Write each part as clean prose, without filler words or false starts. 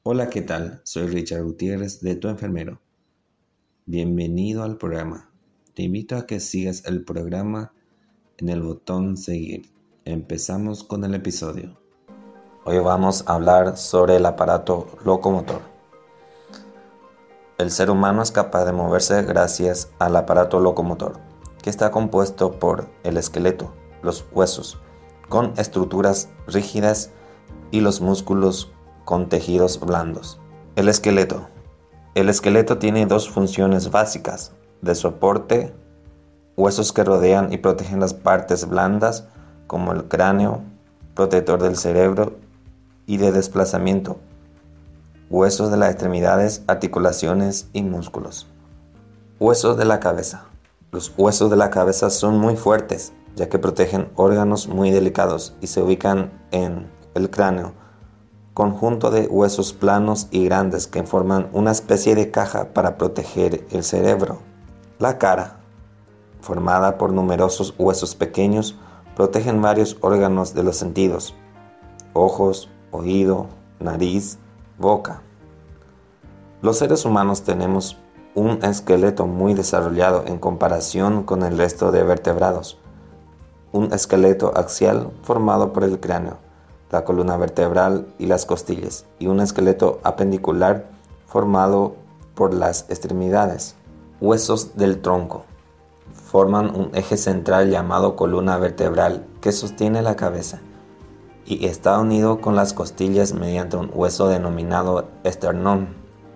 Hola, ¿qué tal? Soy Richard Gutiérrez de Tu Enfermero. Bienvenido al programa. Te invito a que sigas el programa en el botón seguir. Empezamos con el episodio. Hoy vamos a hablar sobre el aparato locomotor. El ser humano es capaz de moverse gracias al aparato locomotor, que está compuesto por el esqueleto, los huesos, con estructuras rígidas y los músculos con tejidos blandos. El esqueleto. El esqueleto tiene dos funciones básicas: de soporte, huesos que rodean y protegen las partes blandas, como el cráneo, protector del cerebro, y de desplazamiento, huesos de las extremidades, articulaciones y músculos. Huesos de la cabeza. Los huesos de la cabeza son muy fuertes, ya que protegen órganos muy delicados y se ubican en el cráneo, conjunto de huesos planos y grandes que forman una especie de caja para proteger el cerebro. La cara, formada por numerosos huesos pequeños, protegen varios órganos de los sentidos: ojos, oído, nariz, boca. Los seres humanos tenemos un esqueleto muy desarrollado en comparación con el resto de vertebrados. Un esqueleto axial formado por el cráneo, la columna vertebral y las costillas, y un esqueleto apendicular formado por las extremidades. Huesos del tronco. Forman un eje central llamado columna vertebral que sostiene la cabeza y está unido con las costillas mediante un hueso denominado esternón.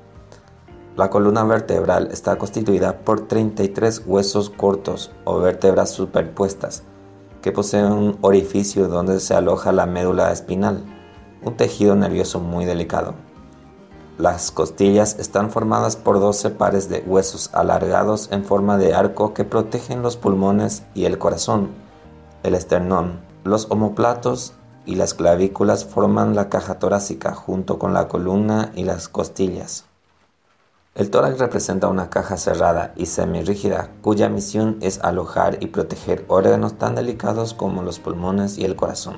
La columna vertebral está constituida por 33 huesos cortos o vértebras superpuestas, que posee un orificio donde se aloja la médula espinal, un tejido nervioso muy delicado. Las costillas están formadas por 12 pares de huesos alargados en forma de arco que protegen los pulmones y el corazón. El esternón, los omóplatos y las clavículas forman la caja torácica junto con la columna y las costillas. El tórax representa una caja cerrada y semirrígida cuya misión es alojar y proteger órganos tan delicados como los pulmones y el corazón.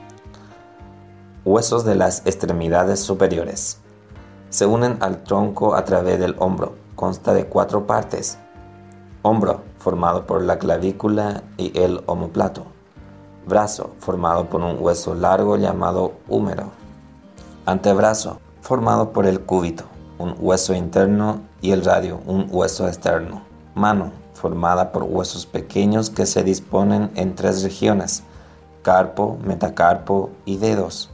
Huesos de las extremidades superiores. Se unen al tronco a través del hombro. Consta de 4 partes. Hombro, formado por la clavícula y el omóplato. Brazo, formado por un hueso largo llamado húmero. Antebrazo, formado por el cúbito, un hueso interno, y el radio, un hueso externo. Mano, formada por huesos pequeños que se disponen en 3 regiones: carpo, metacarpo y dedos.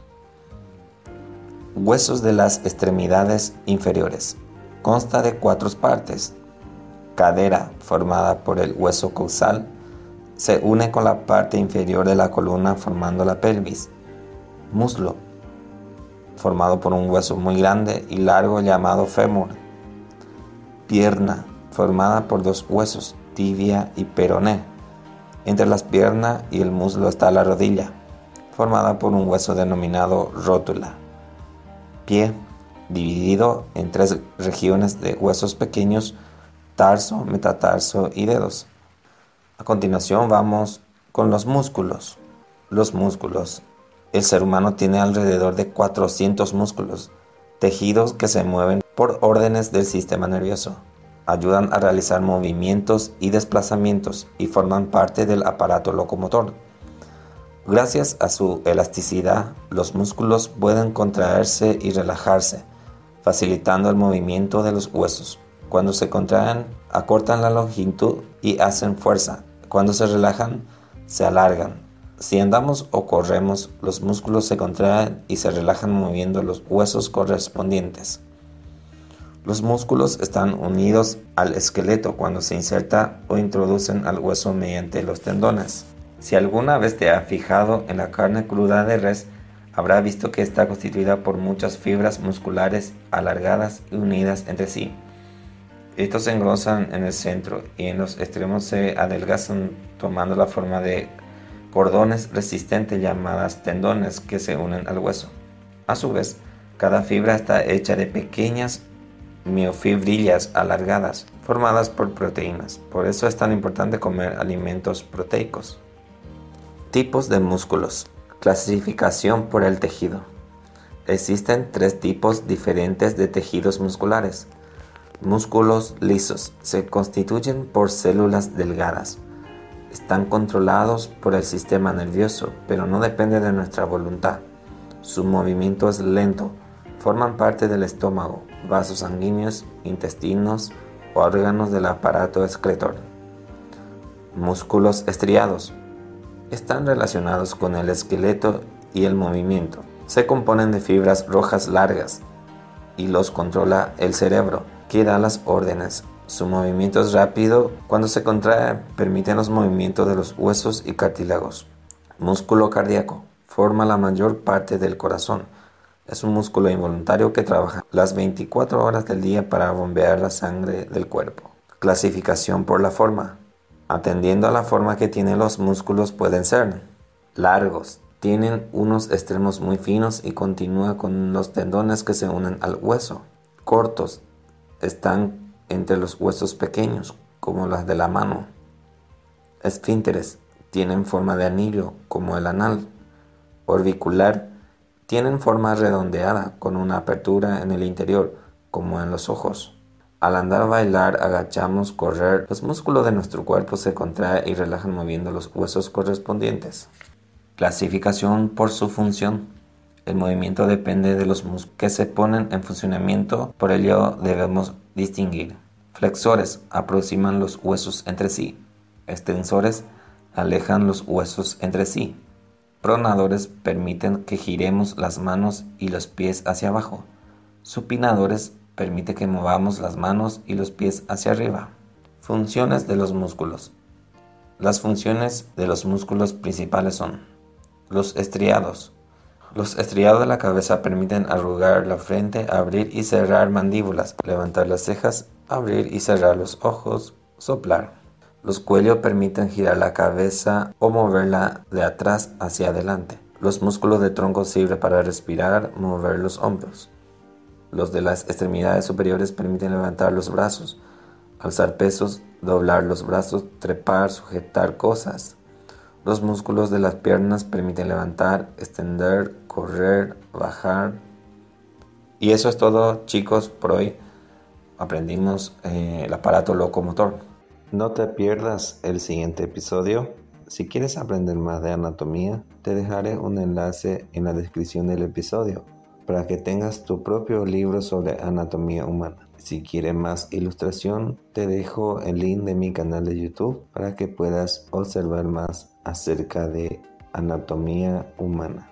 Huesos de las extremidades inferiores. Consta de 4 partes. Cadera, formada por el hueso causal, se une con la parte inferior de la columna formando la pelvis. Muslo, formado por un hueso muy grande y largo llamado fémur. Pierna, formada por 2 huesos, tibia y peroné. Entre las piernas y el muslo está la rodilla, formada por un hueso denominado rótula. Pie, dividido en 3 regiones de huesos pequeños: tarso, metatarso y dedos. A continuación vamos con los músculos. Los músculos. El ser humano tiene alrededor de 400 músculos, tejidos que se mueven por órdenes del sistema nervioso. Ayudan a realizar movimientos y desplazamientos y forman parte del aparato locomotor. Gracias a su elasticidad, los músculos pueden contraerse y relajarse, facilitando el movimiento de los huesos. Cuando se contraen, acortan la longitud y hacen fuerza. Cuando se relajan, se alargan. Si andamos o corremos, los músculos se contraen y se relajan moviendo los huesos correspondientes. Los músculos están unidos al esqueleto cuando se inserta o introducen al hueso mediante los tendones. Si alguna vez te has fijado en la carne cruda de res, habrá visto que está constituida por muchas fibras musculares alargadas y unidas entre sí. Estos se engrosan en el centro y en los extremos se adelgazan tomando la forma de cordones resistentes llamadas tendones que se unen al hueso. A su vez, cada fibra está hecha de pequeñas miofibrillas alargadas, formadas por proteínas. Por eso es tan importante comer alimentos proteicos. Tipos de músculos. Clasificación por el tejido. Existen 3 tipos diferentes de tejidos musculares. Músculos lisos se constituyen por células delgadas. Están controlados por el sistema nervioso, pero no depende de nuestra voluntad. Su movimiento es lento. Forman parte del estómago, vasos sanguíneos, intestinos, órganos del aparato excretor. Músculos estriados. Están relacionados con el esqueleto y el movimiento. Se componen de fibras rojas largas y los controla el cerebro, que da las órdenes. Su movimiento es rápido. Cuando se contrae, permiten los movimientos de los huesos y cartílagos. Músculo cardíaco. Forma la mayor parte del corazón. Es un músculo involuntario que trabaja las 24 horas del día para bombear la sangre del cuerpo. Clasificación por la forma. Atendiendo a la forma que tienen los músculos, pueden ser largos. Tienen unos extremos muy finos y continúa con los tendones que se unen al hueso. Cortos. Están entre los huesos pequeños, como las de la mano. Esfínteres. Tienen forma de anillo, como el anal. Orbicular. Tienen forma redondeada, con una apertura en el interior, como en los ojos. Al andar, bailar, agachamos, correr, los músculos de nuestro cuerpo se contraen y relajan moviendo los huesos correspondientes. Clasificación por su función. El movimiento depende de los músculos que se ponen en funcionamiento, por ello debemos distinguir. Flexores aproximan los huesos entre sí. Extensores alejan los huesos entre sí. Pronadores permiten que giremos las manos y los pies hacia abajo. Supinadores permite que movamos las manos y los pies hacia arriba. Funciones de los músculos. Las funciones de los músculos principales son los estriados. Los estriados de la cabeza permiten arrugar la frente, abrir y cerrar mandíbulas, levantar las cejas, abrir y cerrar los ojos, soplar. Los cuellos permiten girar la cabeza o moverla de atrás hacia adelante. Los músculos de tronco sirven para respirar, mover los hombros. Los de las extremidades superiores permiten levantar los brazos, alzar pesos, doblar los brazos, trepar, sujetar cosas. Los músculos de las piernas permiten levantar, extender, correr, bajar. Y eso es todo, chicos, por hoy. Aprendimos el aparato locomotor. No te pierdas el siguiente episodio. Si quieres aprender más de anatomía, te dejaré un enlace en la descripción del episodio para que tengas tu propio libro sobre anatomía humana. Si quieres más ilustración, te dejo el link de mi canal de YouTube para que puedas observar más acerca de anatomía humana.